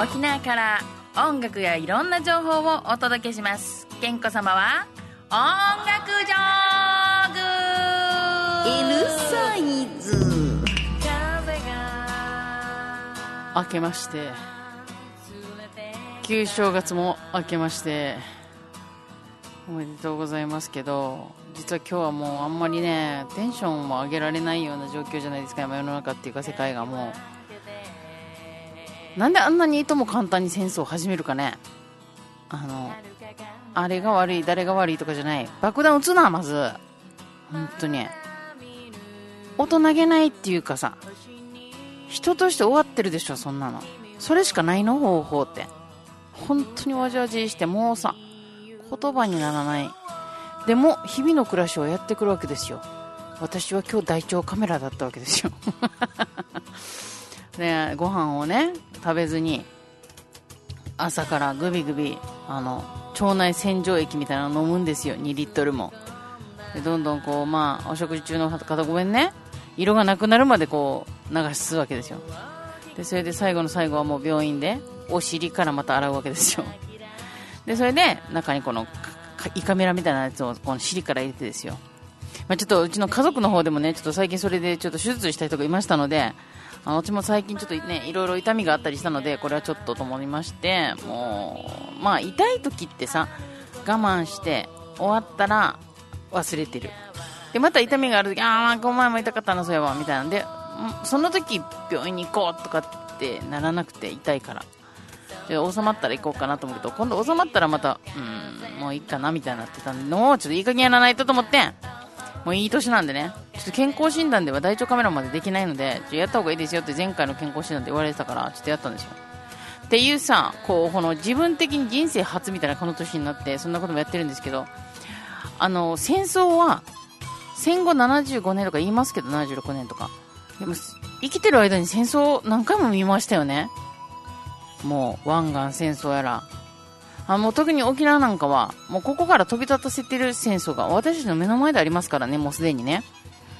沖縄から音楽やいろんな情報をお届けします。ケンコ様は音楽ジョーグ L サイズ。 明けまして旧正月も明けましておめでとうございますけど、実は今日はもうあんまりねテンションも上げられないような状況じゃないですか。今世の中っていうか世界がもうなんであんなにいとも簡単に戦争を始めるかね。あれが悪い誰が悪いとかじゃない。爆弾撃つなまず。本当に大人げないっていうかさ、人として終わってるでしょそんなの。それしかないの方法って。本当にわじわじしてもうさ言葉にならない。でも日々の暮らしをやってくるわけですよ。私は今日大腸カメラだったわけですよでご飯をね食べずに朝からグビグビ腸内洗浄液みたいなのを飲むんですよ。2リットルも。でどんどんこうお食事中の方ごめんね、色がなくなるまでこう流すわけですよ。でそれで最後の最後はもう病院でお尻からまた洗うわけですよ。でそれで中にこの胃カメラみたいなやつをこの尻から入れてですよ、ちょっとうちの家族の方でもねちょっと最近それでちょっと手術した人がいましたので、うちも最近ちょっとねいろいろ痛みがあったりしたのでこれはちょっとと思いまして、もう痛い時ってさ我慢して終わったら忘れてる。でまた痛みがある時この前も痛かったなそういえばみたいなんで、その時病院に行こうとかってならなくて、痛いからじゃあ収まったら行こうかなと思うけど、今度収まったらまたもういいかなみたいになってたんで、もうちょっといい加減やらないとと思って、もういい年なんでね、ちょっと健康診断では大腸カメラまでできないのでやった方がいいですよって前回の健康診断で言われてたからちょっとやったんですよ。っていうさこの自分的に人生初みたいなこの年になってそんなこともやってるんですけど、戦争は戦後75年とか言いますけど76年とかでも生きてる間に戦争何回も見ましたよね。もう湾岸戦争やらもう特に沖縄なんかはもうここから飛び立たせてる戦争が私たちの目の前でありますからね、もうすでにね。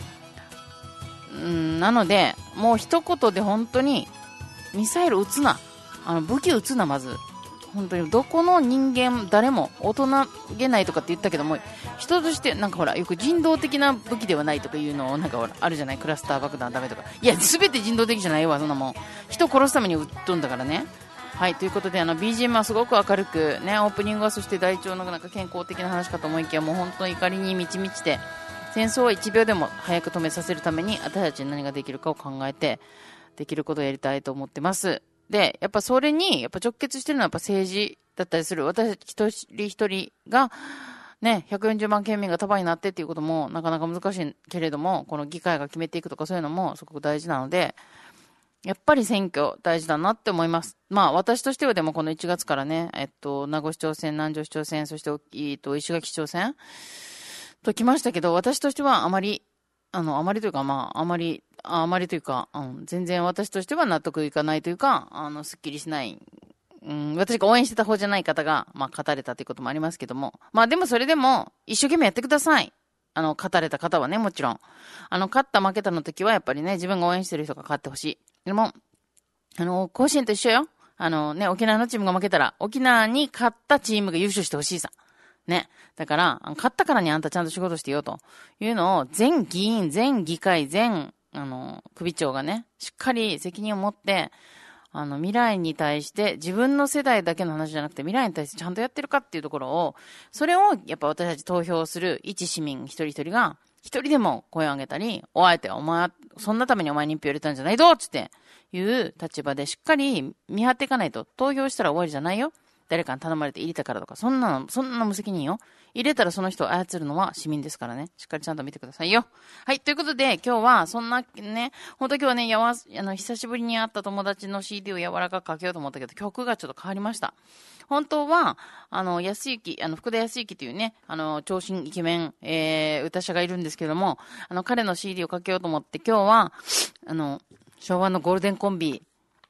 なのでもう一言で本当にミサイル撃つな、武器撃つな、まず本当にどこの人間誰も大人げないとかって言ったけども、人としてなんかほらよく人道的な武器ではないとかいうのをなんかほらあるじゃない。クラスター爆弾ダメとか、いや全て人道的じゃないわそんなもん。人殺すために撃っとんだからね。はい、ということでBGM はすごく明るくね、オープニングはそして大腸のなんか健康的な話かと思いきやもう本当に怒りに満ち満ちて、戦争は1秒でも早く止めさせるために私たちに何ができるかを考えてできることをやりたいと思ってます。でやっぱそれにやっぱ直結してるのはやっぱ政治だったりする。私たち一人一人がね140万県民が束になってっていうこともなかなか難しいけれども、この議会が決めていくとかそういうのもすごく大事なので、やっぱり選挙大事だなって思います。私としてはでもこの1月からね、名護市長選、南城市長選、そして石垣市長選と来ましたけど、私としてはあまりというかあまりというか、全然私としては納得いかないというか、すっきりしない。私が応援してた方じゃない方が、勝たれたということもありますけども、でもそれでも一生懸命やってください。勝たれた方はね、もちろん。勝った負けたの時はやっぱりね、自分が応援してる人が勝ってほしい。でも、甲子園と一緒よ。沖縄のチームが負けたら、沖縄に勝ったチームが優勝してほしいさ。ね。だから、勝ったからにあんたちゃんと仕事してよというのを、全議員、全議会、全、首長がね、しっかり責任を持って、未来に対して、自分の世代だけの話じゃなくて、未来に対してちゃんとやってるかっていうところを、それを、やっぱ私たち投票する一市民一人一人が、一人でも声を上げたり、お前、そんなためにお前に一票入れたんじゃないぞつっていう立場でしっかり見張っていかないと、投票したら終わりじゃないよ。誰かに頼まれて入れたからとか、そんな無責任よ。入れたらその人を操るのは市民ですからね。しっかりちゃんと見てくださいよ。はい、ということで今日はそんなね、本当今日はね、久しぶりに会った友達の CD を柔らかくかけようと思ったけど、曲がちょっと変わりました。本当は、福田康之というね、長身イケメン、歌者がいるんですけども、彼の CD をかけようと思って、今日は、昭和のゴールデンコンビ、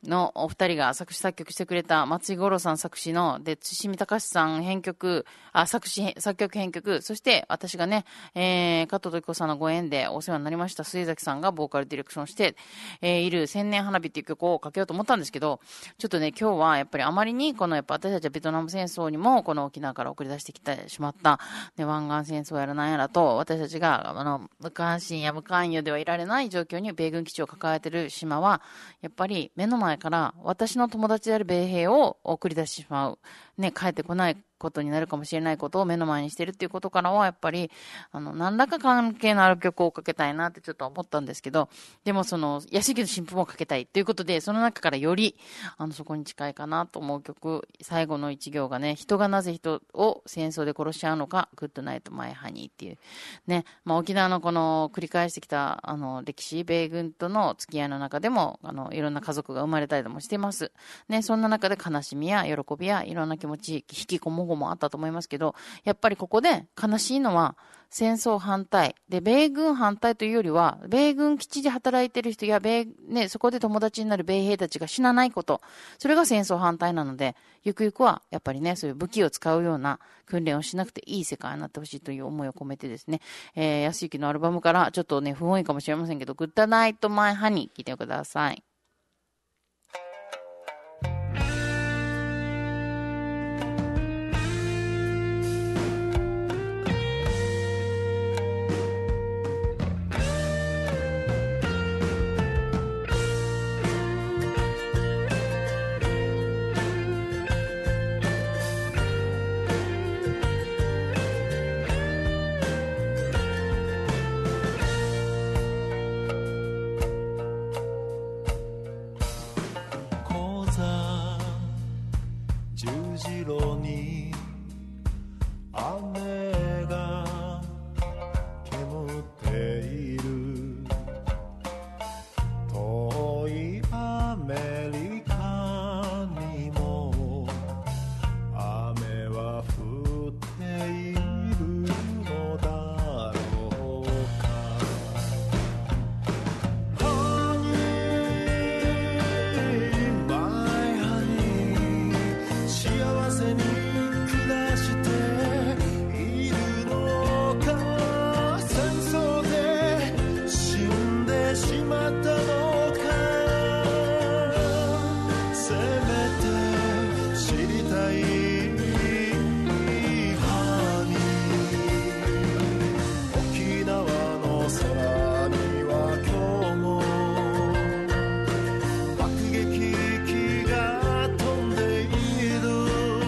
のお二人が作詞作曲してくれた松井五郎さん作詞の、で、津見隆さん編曲、作曲編曲、そして私がね、加藤時子さんのご縁でお世話になりました末崎さんがボーカルディレクションして、いる千年花火っていう曲をかけようと思ったんですけど、ちょっとね、今日はやっぱりあまりに、このやっぱ私たちはベトナム戦争にも、この沖縄から送り出してきてしまった、ね、湾岸戦争やらなんやらと、私たちが、無関心や無関与ではいられない状況に米軍基地を抱えている島は、やっぱり目の前から私の友達である米兵を送り出してしまう。ね、帰ってこないことになるかもしれないことを目の前にしてるっていうことからは、やっぱり、何らか関係のある曲をかけたいなってちょっと思ったんですけど、でも屋敷の新婦もかけたいということで、その中からより、そこに近いかなと思う曲、最後の一行がね、人がなぜ人を戦争で殺し合うのか、グッドナイトマイハニーっていう、ね、沖縄のこの繰り返してきた、歴史、米軍との付き合いの中でも、いろんな家族が生まれたりもしてます。ね、そんな中で悲しみや喜びやいろんな気持ち、引きこもごもあったと思いますけど、やっぱりここで悲しいのは戦争反対で、米軍反対というよりは、米軍基地で働いてる人やそこで友達になる米兵たちが死なないこと、それが戦争反対なので、ゆくゆくはやっぱりね、そういう武器を使うような訓練をしなくていい世界になってほしいという思いを込めてですね、安幸のアルバムからちょっとね、不本意かもしれませんけど、グッドナイトマイハニー聞いてください。 十字路に雨が煙っている、遠いアメリカにも雨は降っているのだろうか。幸せに暮らしているのか、戦争で死んでしまったのか、せめて知りたいハニー。沖縄の空には今日も爆撃機が飛んでいる。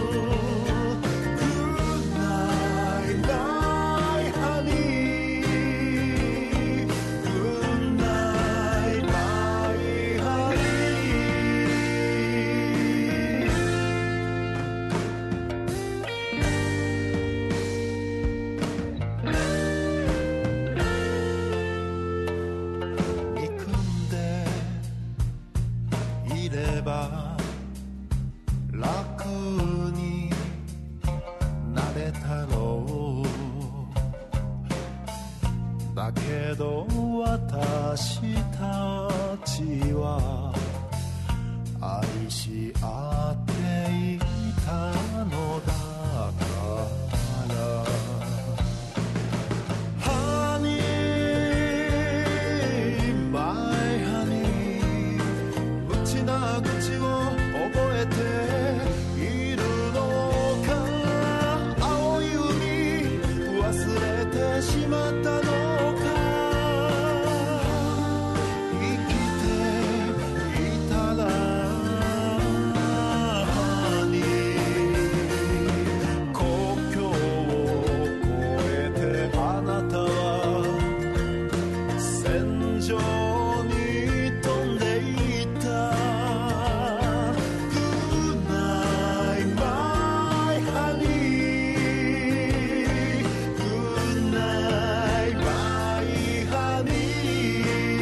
憎んでいれば楽になれたろう。だけど私たちは愛し合っていたのだからハニーマイハニー、無知な口を覚えているのか、青い海忘れてしまったのか、生きていたらハニー、国境を越えてあなたは戦場に飛んでいった。 Good night my honey, Good night my honey。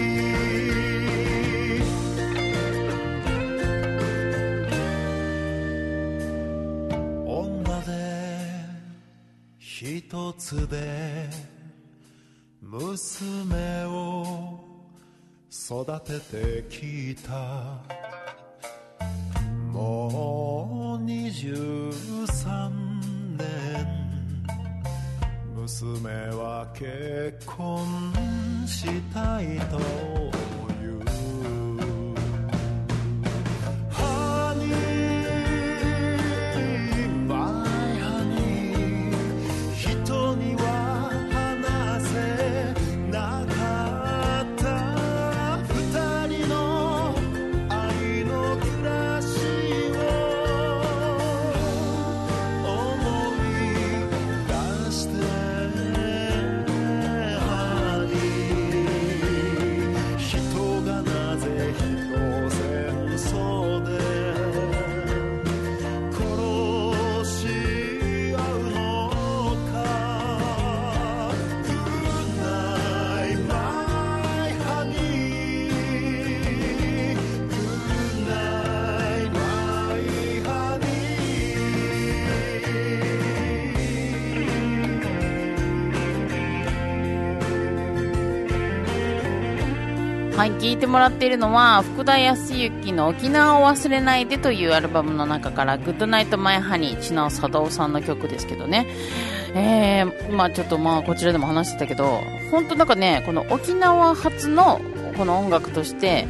女で一つで娘を育ててきた。 娘は結婚したいというハニーマイハニー人には話せなかった二人の愛の暮らしを思い出してハニー人がなぜ人を戦争で殺し合うのか Good night my honey Good night my honey はい、聴いてもらっているのは福田康之の沖縄を忘れないでというアルバムの中からグッドナイトマイハニー千直貞夫さんの曲ですけどね、まあちょっとまあこちらでも話してたけど本当なんかねこの沖縄発のこの音楽として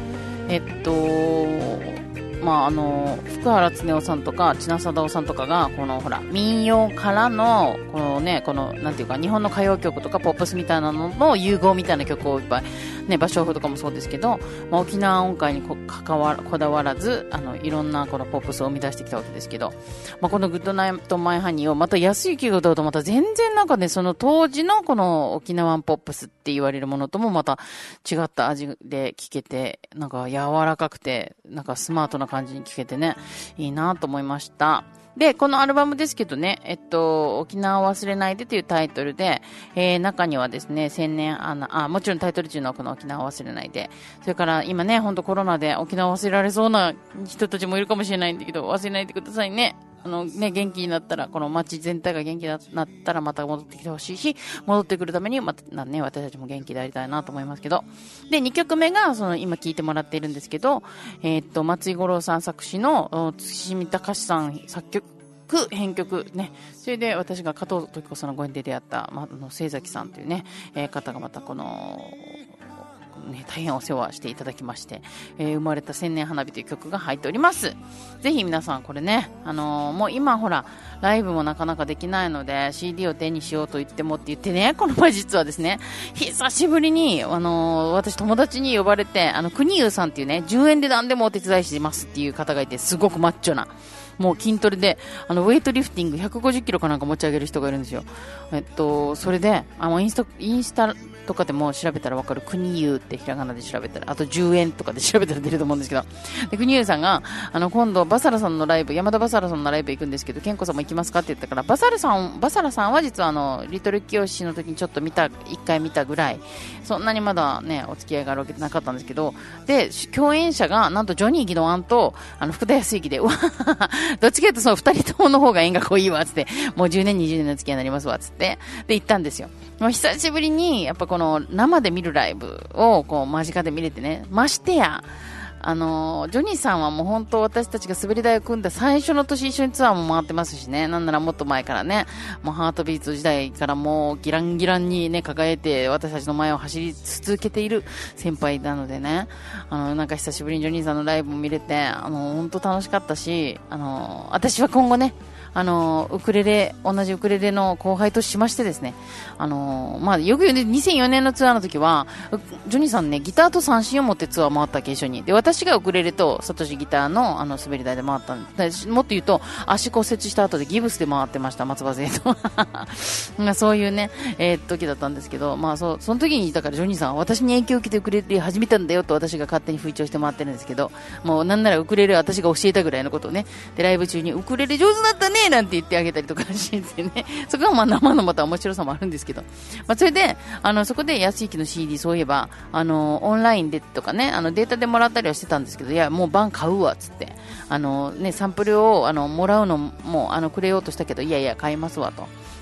まあ福原恒夫さんとか千奈貞夫さんとかがこのほら民謡からのこのねこのなんていうか日本の歌謡曲とかポップスみたいなのの融合みたいな曲をいっぱいね芭蕉布とかもそうですけど、まあ、沖縄音階にこだわらずいろんなこのポップスを生み出してきたわけですけど、まあ、このグッドナイトマイハニーをまた安行が歌うとまた全然なんかねその当時のこの沖縄ポップスって言われるものともまた違った味で聴けてなんか柔らかくてなんかスマートな感じに聴けてねいいなと思いました。で、このアルバムですけどね、沖縄を忘れないでというタイトルで、中にはですね、千年もちろんタイトル中のこの沖縄を忘れないで、それから今ね、ほんとコロナで沖縄を忘れられそうな人たちもいるかもしれないんだけど、忘れないでくださいね。元気になったら、この街全体が元気になったらまた戻ってきてほしいし、戻ってくるためにまたね、私たちも元気でありたいなと思いますけど。で、2曲目が、今聴いてもらっているんですけど、松井五郎さん作詞の、月見隆さん作曲、編曲ね。それで私が加藤時子さんのご縁で出会った、末崎さんというね、方がまたこの、ね、大変お世話していただきまして、生まれた千年花火という曲が入っております。ぜひ皆さんこれね、もう今ほらライブもなかなかできないので CD を手にしようと言ってもって言ってね、この前実はですね久しぶりに私友達に呼ばれて国優さんっていうね10円で何でもお手伝いしますっていう方がいてすごくマッチョなもう筋トレでウェイトリフティング150キロかなんか持ち上げる人がいるんですよ。それでインスタとかでも調べたら分かる国優ってひらがなで調べたらあと10円とかで調べたら出ると思うんですけど、で国優さんが今度バサラさんのライブ山田バサラさんのライブ行くんですけど健子さんも行きますかって言ったからバサラさんは実はリトル清志の時にちょっと1回見たぐらいそんなにまだねお付き合いがあるわけなかったんですけど、で共演者がなんとジョニー・ギドワンと福田康之でうわどっちかというとその2人ともの方が縁が濃いわっつってもう10年20年の付き合いになりますわっつってで行ったんですよ。もう久しぶりにやっぱこの生で見るライブをこう間近で見れてね、ましてやジョニーさんはもう本当私たちが滑り台を組んだ最初の年一緒にツアーも回ってますしね、なんならもっと前からね、もうハートビーツ時代からもうギランギランにね輝いて私たちの前を走り続けている先輩なのでね、なんか久しぶりにジョニーさんのライブも見れて本当楽しかったし、私は今後ね同じウクレレの後輩としましてですね、よく言うね、2004年のツアーの時は、ジョニーさんね、ギターと三振を持ってツアー回ったわけ一緒に。で、私がウクレレとサトシギターの滑り台で回ったんで、もっと言うと、足骨折した後でギブスで回ってました、松葉勢と。そういうね、時だったんですけど、その時に、だからジョニーさんは私に影響を受けてウクレレ始めたんだよと私が勝手に吹聴して回ってるんですけど、もうなんならウクレレは私が教えたぐらいのことをね、で、ライブ中にウクレレ上手だったねなんて言ってあげたりとかしてね、そこが生のまた面白さもあるんですけど、それでそこで安行の CD そういえばオンラインでとかねデータでもらったりはしてたんですけど、いやもう版買うわっつってサンプルをもらうのもくれようとしたけどいやいや買いますわと。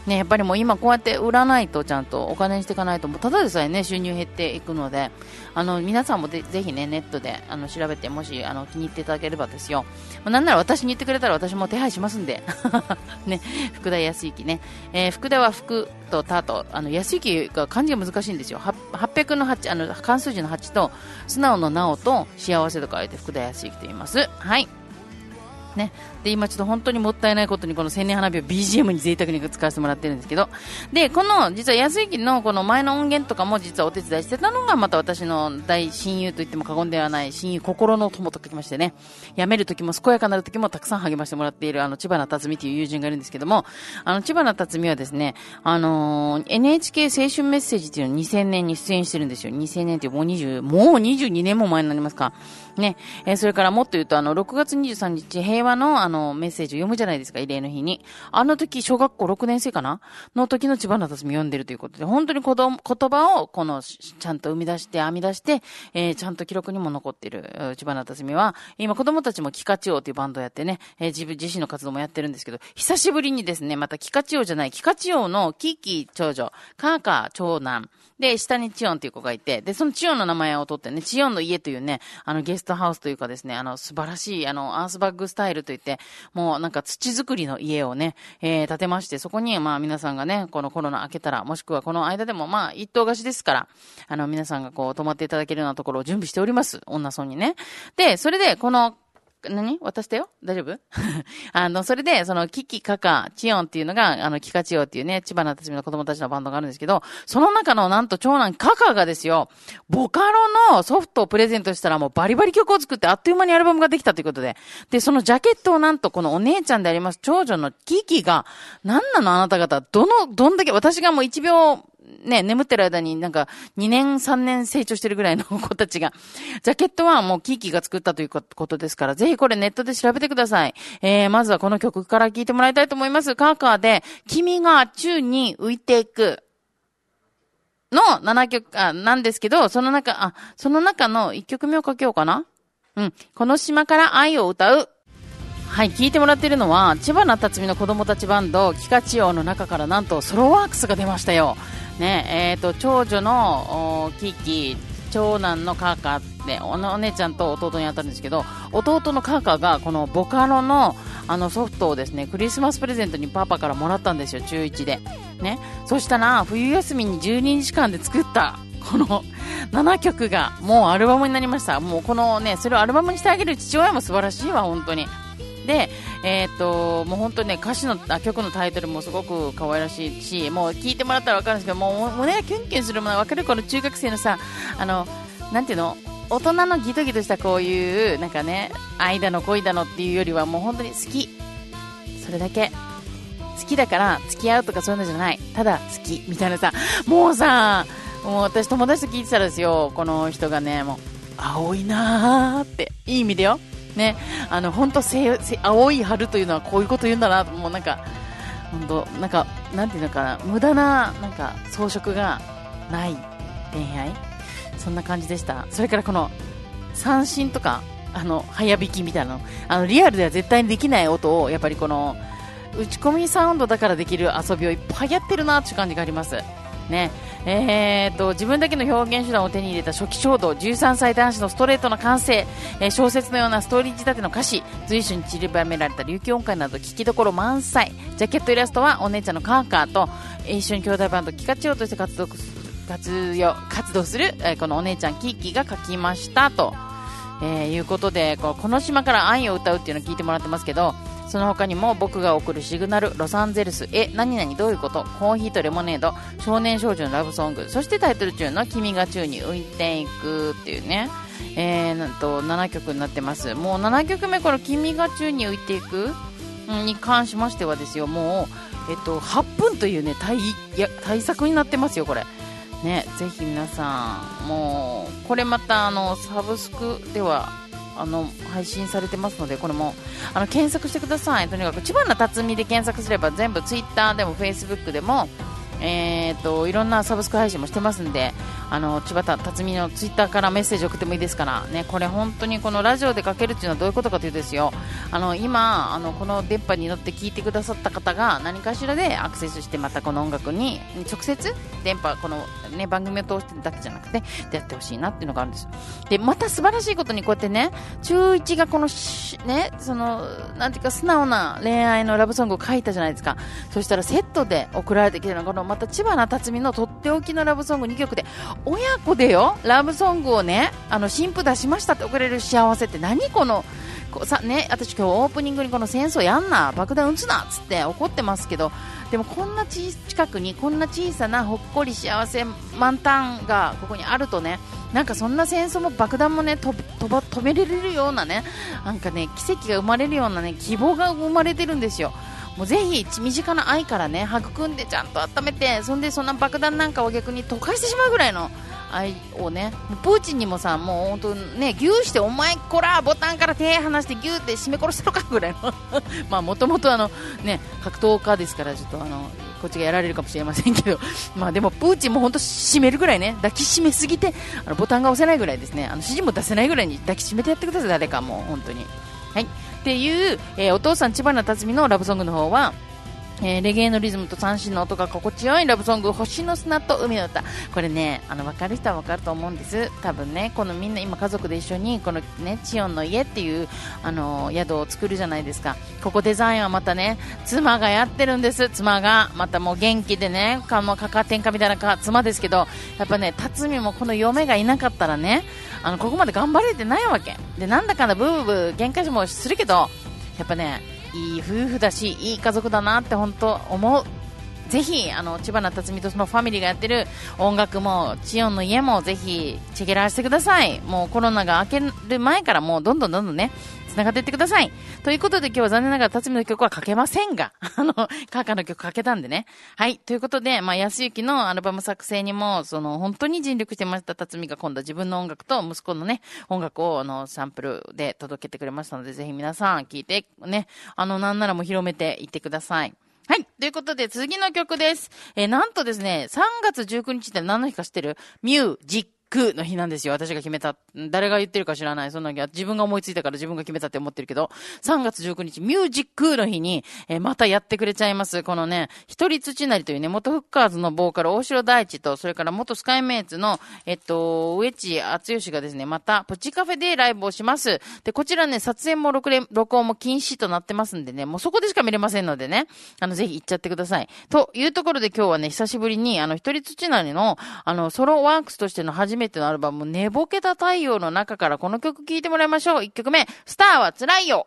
ね、やっぱりもう今こうやって売らないとちゃんとお金にしていかないともうただでさえね収入減っていくので皆さんもぜひねネットで調べてもし気に入っていただければですよ、なんなら私に言ってくれたら私も手配しますんでね、福田康之ね、福田は福と田と康之が漢字が難しいんですよ。800の8漢数字の8と素直の直と幸せと書いて福田康之と言います。はいね、で今ちょっと本当にもったいないことにこの千年花火を BGM に贅沢に使わせてもらってるんですけど、でこの実は安行のこの前の音源とかも実はお手伝いしてたのがまた私の大親友と言っても過言ではない親友心の友と書きましてね、辞める時も健やかなる時もたくさん励ましてもらっている知花辰巳という友人がいるんですけども、知花辰巳はですねNHK 青春メッセージというのを2000年に出演してるんですよ。2000年ってもう22年も前になりますかね。それからもっと言うと6月23日平和のメッセージを読むじゃないですか、慰霊の日に。時小学校6年生かなの時の知花辰巳読んでるということで、本当に言葉をちゃんと生み出して編み出して、ちゃんと記録にも残っている知花辰巳は今子供たちもキカチオというバンドをやってね、自身の活動もやってるんですけど、久しぶりにですねまたキカチオじゃないキカチオのキーキー長女カーカー長男で、下にチヨンっていう子がいて、で、そのチヨンの名前を取ってね、チヨンの家というね、ゲストハウスというかですね、素晴らしい、アースバッグスタイルといって、もうなんか土作りの家をね、建てまして、そこに、皆さんがね、このコロナ明けたら、もしくはこの間でも、一棟貸しですから、皆さんが泊まっていただけるようなところを準備しております。女村にね。で、それで、渡したよ大丈夫それで、キキカカチヨンっていうのが、キカチヨっていうね、知花辰巳の子供たちのバンドがあるんですけど、その中のなんと長男カカがですよ、ボカロのソフトをプレゼントしたらもうバリバリ曲を作ってあっという間にアルバムができたということで、で、そのジャケットをなんとこのお姉ちゃんであります長女のキキが、なんなのあなた方、どんだけ、私がもう1秒、ね、眠ってる間になんか2年3年成長してるぐらいの子たちが、ジャケットはもうキーキが作ったということですから、ぜひこれネットで調べてください。まずはこの曲から聴いてもらいたいと思います。カーカーで、君が宙に浮いていくの7曲、なんですけど、その中の1曲目をかけようかな。この島から愛を歌う。はい、聴いてもらっているのは、知花辰巳の子供たちバンド、キカチオの中からなんとソロワークスが出ましたよ。ね、長女のキキ、長男のカーカーで、お姉ちゃんと弟に当たるんですけど、弟のカーカーがこのボカロのソフトをですね、クリスマスプレゼントにパパからもらったんですよ、中1で。ね。そしたら、冬休みに12日間で作った、この7曲がもうアルバムになりました。もうこのね、それをアルバムにしてあげる父親も素晴らしいわ、本当に。で、もう本当にね、曲のタイトルもすごく可愛らしいし、もう聞いてもらったらわかるんですけど、もう胸がキュンキュンするものわかる。この中学生のさ、なんていうの、大人のギトギトしたこういう、なんかね、愛だの恋だのっていうよりはもう本当に好き。それだけ。好きだから付き合うとかそういうのじゃない。ただ好き。みたいなさ、もう私友達と聞いてたらですよ、この人がね、もう、青いなーって、いい意味でよ。ね、本当青い春というのはこういうこと言うんだなと、もうなんか、本当なんか、なんていうのかな、無駄な、なんか、装飾がない恋愛、そんな感じでした。それからこの、三振とか、早弾きみたいなの、リアルでは絶対にできない音を、やっぱりこの、打ち込みサウンドだからできる遊びをいっぱいやってるなっていう感じがあります。ね、自分だけの表現手段を手に入れた初期衝動、13歳男子のストレートな感性、小説のようなストーリー仕立ての歌詞、随所に散りばめられた琉球音階など聞きどころ満載。ジャケットイラストはお姉ちゃんのカーカーと一緒に兄弟バンドキカチオとして活動する、このお姉ちゃんキーキーが書きましたと、いうことで、この島から愛を歌うっていうのを聞いてもらってますけど、その他にも僕が送るシグナル、ロサンゼルス、何々どういうこと、コーヒーとレモネード、少年少女のラブソング、そしてタイトル中の君が宙に浮いていくっていうね、なんと7曲になってます。もう7曲目、この君が宙に浮いていくに関しましてはですよ、もう、8分というね、大作になってますよ、これ。ね、ぜひ皆さん、もう、これまたサブスクでは、配信されてますので、これも検索してください。とにかく知花辰巳で検索すれば全部ツイッターでもフェイスブックでも、 いろんなサブスク配信もしてますんで、千葉辰巳のツイッターからメッセージ送ってもいいですからね。これ本当にこのラジオでかけるっていうのはどういうことかというとですよ、今この電波に乗って聞いてくださった方が何かしらでアクセスして、またこの音楽に直接電波、このね番組を通してだけじゃなくてやってほしいなっていうのがあるんです。でまた素晴らしいことに、こうやってね中1がこのね、そのなんていうか素直な恋愛のラブソングを書いたじゃないですか。そしたらセットで送られてきてるのが、このまた千葉な辰巳のとっておきのラブソング2曲で、親子でよラブソングをね新譜出しましたって送れる幸せって何、このね、私今日オープニングにこの戦争やんな、爆弾撃つなっつって怒ってますけど、でもこんな近くにこんな小さなほっこり幸せ満タンがここにあるとね、なんかそんな戦争も爆弾もね飛べれるようなね、なんかね奇跡が生まれるようなね希望が生まれてるんですよ。もうぜひ身近な愛からね育んでちゃんと温めて、そんでそんな爆弾なんかを逆に溶かしてしまうぐらいの愛をね、プーチンにもさ、もう本当ねギューして、お前こらボタンから手離してギューって締め殺したのかぐらいのまあもともとね格闘家ですから、ちょっとこっちがやられるかもしれませんけどまあでもプーチンも本当締めるぐらいね、抱き締めすぎてボタンが押せないぐらいですね、指示も出せないぐらいに抱き締めてやってください、誰かもう本当に。はいっていう、お父さん千葉な辰巳のラブソングの方は、レゲエのリズムと三振の音が心地よいラブソング、星の砂と海の歌。これね分かる人は分かると思うんです。多分ねこのみんな今家族で一緒にこのねチヨンの家っていう宿を作るじゃないですか。ここデザインはまたね妻がやってるんです。妻がまたもう元気でね、かか天下みたいな妻ですけど、やっぱね辰巳もこの嫁がいなかったらねここまで頑張れてないわけで、なんだかんだブーブー喧嘩もするけど、やっぱねいい夫婦だしいい家族だなって本当思う。ぜひ千葉な辰巳とそのファミリーがやってる音楽もチヨンの家もぜひチェケラしてください。もうコロナが明ける前からもうどんどんね繋がっていってください。ということで今日は残念ながら辰巳の曲はかけませんがカカの曲かけたんでね。はいということで、安幸のアルバム作成にも本当に尽力してました辰巳が、今度は自分の音楽と息子のね音楽をサンプルで届けてくれましたので、ぜひ皆さん聴いてねなんならもう広めていってください。はい。ということで、次の曲です。なんとですね、3月19日って何の日か知ってる？ミュージックの日なんですよ。私が決めた。誰が言ってるか知らない。そんな自分が思いついたから自分が決めたって思ってるけど、3月19日、ミュージックの日に、またやってくれちゃいます。このね、一人土なりというね、元フッカーズのボーカル、大城大地と、それから元スカイメイツの、上地厚吉がですね、また、プチカフェでライブをします。で、こちらね、撮影も録音も禁止となってますんでね、もうそこでしか見れませんのでね、ぜひ行っちゃってください。というところで今日はね、久しぶりに、一人土なりの、ソロワークスとしての初めてのアルバム、寝ぼけた太陽の中からこの曲聴いてもらいましょう。1曲目、スターは辛いよ。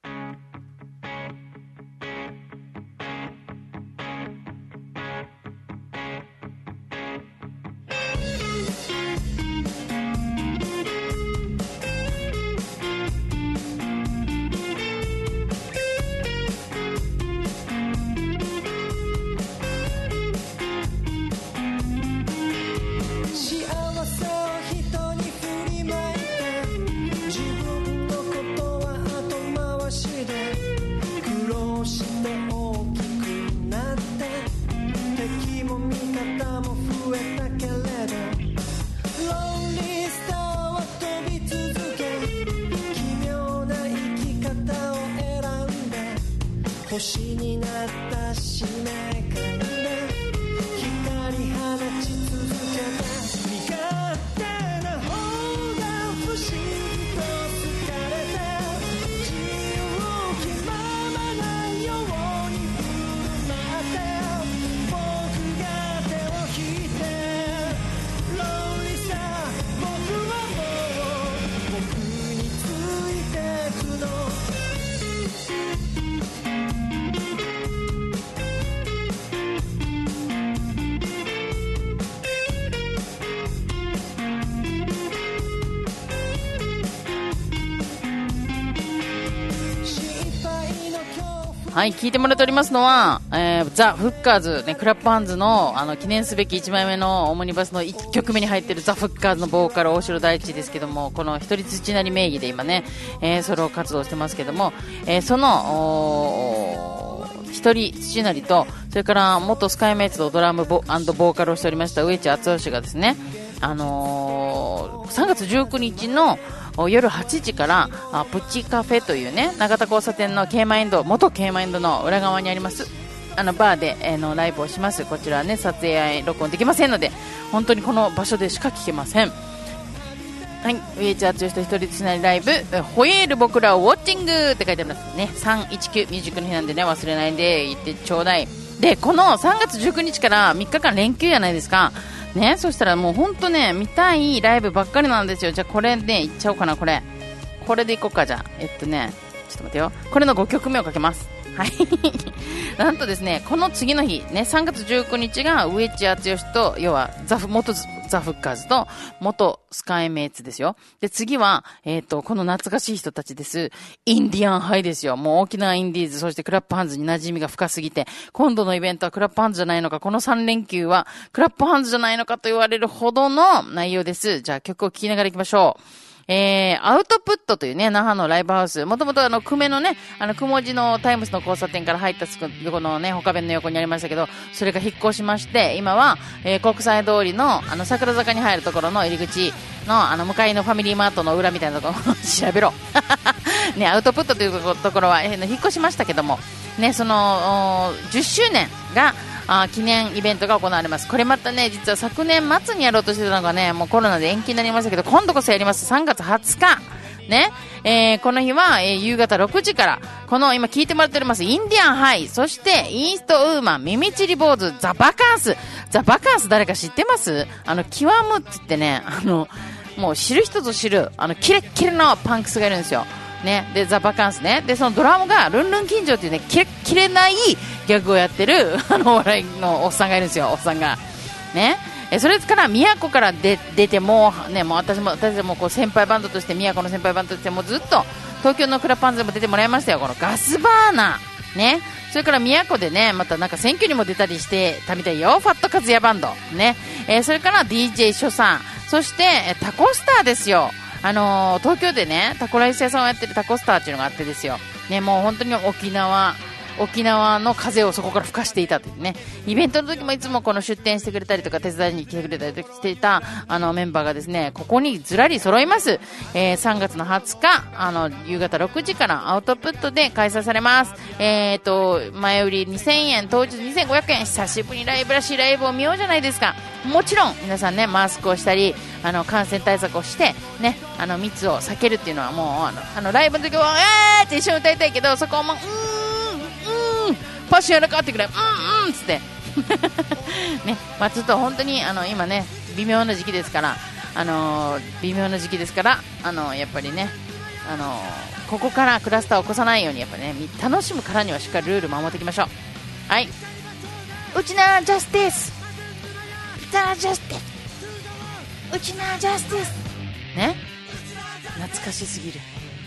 星になった締めから光放ち続けた身勝手な方が不思議と好かれて自由気ままなように振る舞って僕が手を引いてロンリーさ僕はもう僕についてくのはい、聞いてもらっておりますのは、ザ・フッカーズ、ね、クラップハンズの、記念すべき1枚目のオムニバスの1曲目に入っているザ・フッカーズのボーカル、大城大地ですけども、この一人土なり名義で今ね、ソロ活動してますけども、その、一一人土なりと、それから元スカイメイツとドラムボーカルをしておりました植地敦義がですね、3月19日の夜8時からプチカフェというね、長田交差点のケーマインド、元ケーマインドの裏側にありますバーで、ライブをします。こちらね、撮影や録音できませんので、本当にこの場所でしか聞けません。はい、植地敦義と一人つなりライブ、ホエール僕らをウォッチングって書いてありますね。319ミュージックの日なんでね、忘れないで行ってちょうだい。で、この3月19日から3日間連休じゃないですかね。そしたらもう本当ね、見たいライブばっかりなんですよ。じゃあこれで行っちゃおうかな。これで行こうか。じゃあちょっと待ってよ、これの5曲目をかけます。はいなんとですね、この次の日ね、3月19日が植地敦義と、要は元ザ・フッカーズと元スカイメイツですよ。で、次はこの懐かしい人たちです。インディアンハイですよ。もう沖縄インディーズ、そしてクラップハンズに馴染みが深すぎて、今度のイベントはクラップハンズじゃないのか、この3連休はクラップハンズじゃないのかと言われるほどの内容です。じゃあ曲を聴きながら行きましょう。アウトプットというね、那覇のライブハウス、もともと久米のね、久茂寺のタイムスの交差点から入った横のね、他弁の横にありましたけど、それが引っ越しまして、今は、国際通りの、桜坂に入るところの入り口の、向かいのファミリーマートの裏みたいなところ、調べろ。ね、アウトプットというところは、引っ越しましたけども、ね、その、10周年が、記念イベントが行われます。これまたね、実は昨年末にやろうとしてたのがね、もうコロナで延期になりましたけど、今度こそやります。3月20日。ね。この日は、夕方6時から、この今聞いてもらっております、インディアンハイ、そして、イーストウーマン、ミミチリ坊主、ザ・バカンス。ザ・バカンス誰か知ってます？極むって言ってね、もう知る人ぞ知る、キレッキレのパンクスがいるんですよ。ね。で、ザ・バカンスね。で、そのドラムが、ルンルン金城っていうね、キレッキレないギャグをやってる、笑いのおっさんがいるんですよ、おっさんが。ね。それから、宮古から出て、もう、ね、もう私もこう、先輩バンドとして、宮古の先輩バンドとして、もうずっと、東京のクラパンズでも出てもらいましたよ、このガスバーナー。ね。それから、宮古でね、またなんか選挙にも出たりしてたみたいよ、ファットカズヤバンド。ね。それから、DJ 諸さん。そして、タコスターですよ。東京でね、タコライス屋さんをやってるタコスターっていうのがあってですよ。ね、もう本当に沖縄の風をそこから吹かしていたというね、イベントの時もいつもこの出店してくれたりとか手伝いに来てくれたりしていたメンバーがですね、ここにずらり揃います。3月の20日、夕方6時からアウトプットで開催されます。前売り2000円、当日2500円、久しぶりにライブらしいライブを見ようじゃないですか。もちろん皆さんね、マスクをしたり、感染対策をしてね、密を避けるっていうのはもう、ライブの時はって一緒に歌いたいけど、そこをもうパッションやらかってくらいつってね、まあちょっと本当に今ね、微妙な時期ですから、やっぱりね、ここからクラスターを起こさないように、やっぱりね、楽しむからにはしっかりルール守っていきましょう。はい、うちなジャスティス、うちなジャスティスね、懐かしすぎる。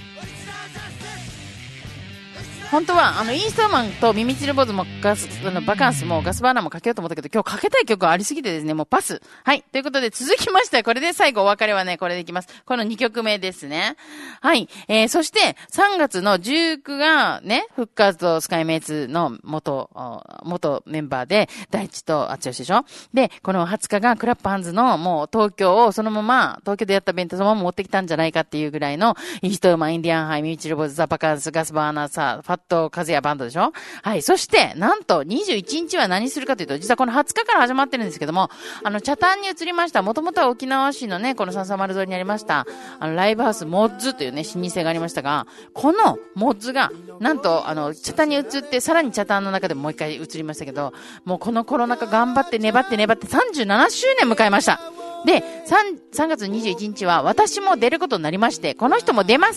本当はイーストマンとミミチルボーズもバカンスもガスバーナーもかけようと思ったけど、今日かけたい曲がありすぎてですね、もうパス。はい。ということで続きまして、これで最後お別れはね、これでいきます。この2曲目ですね。はい。そして3月の19がね、フッカーズとスカイメイツの元メンバーで、大地とあっちよしでしょ。で、この20日がクラップハンズのもう東京をそのまま、東京でやったイベントそのまま持ってきたんじゃないかっていうぐらいの、イーストマン、インディアンハイ、ミミチルボーズ、ザ・バカンス、ガスバーナーさ、ファットカズヤバンドでしょ。はい。そして、なんと21日は何するかというと、実はこの20日から始まってるんですけども、北谷に移りました。もともとは沖縄市のね、この三々丸沿いにありました、ライブハウスモッズというね、老舗がありましたが、このモッズが、なんと、北谷に移って、さらに北谷の中でもう一回移りましたけど、もうこのコロナ禍頑張って粘って37周年迎えました。で、3月21日は私も出ることになりまして、この人も出ます。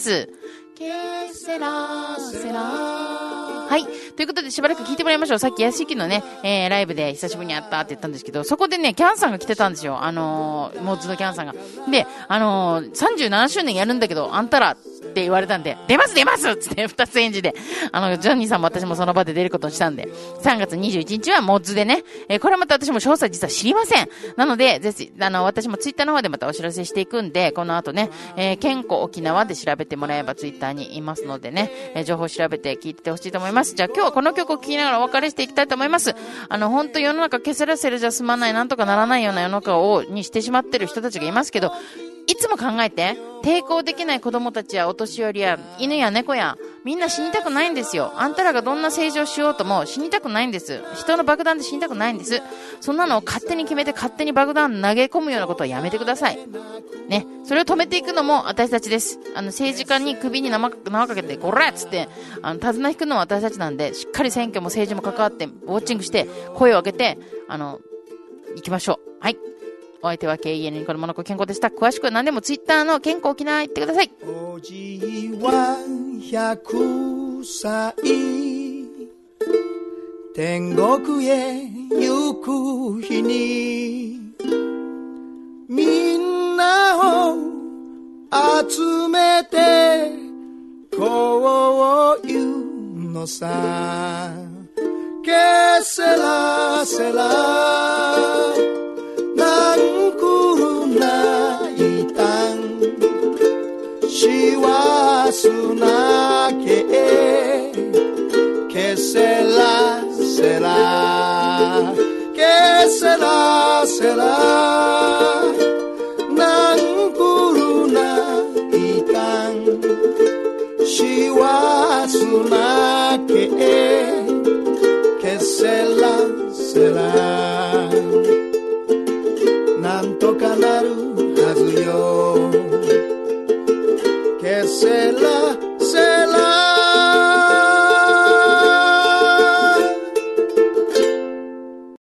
はい。ということでしばらく聞いてもらいましょう。さっき安行のね、ライブで久しぶりに会ったって言ったんですけど、そこでね、キャンさんが来てたんですよ。モッズのキャンさんが。で、37周年やるんだけど、あんたら、 って言われたんで、出ますっつって二つ返事で、ジョニーさんも私もその場で出ることにしたんで、3月21日はモッズでね、これまた私も詳細実は知りません。なので、ぜひ、私もツイッターの方でまたお知らせしていくんで、この後ね、健康沖縄で調べてもらえばツイッターにいますのでね、情報調べて聞いてほしいと思います。じゃあ今日はこの曲を聴きながらお別れしていきたいと思います。本当世の中ケセラセルじゃ済まない、なんとかならないような世の中にしてしまってる人たちがいますけど、いつも考えて、抵抗できない子供たちやお年寄りや犬や猫やみんな死にたくないんですよ。あんたらがどんな政治をしようとも死にたくないんです。人の爆弾で死にたくないんです。そんなのを勝手に決めて勝手に爆弾投げ込むようなことはやめてくださいね。それを止めていくのも私たちです。政治家に首に縄かけてゴラッつって手綱引くのは私たちなんで、しっかり選挙も政治も関わってウォッチングして声を上げて行きましょう。はい、お相手は KEN ニコルモノコ健康でした。詳しくは何でもツイッターの健康沖縄行ってください。 おじは100歳天国へ行く日にみんなを集めてこう言うのさ、ケセラセラなんくないたんしわすなけケセラセラケセラセラなんくないたんしわすなけケセラセラ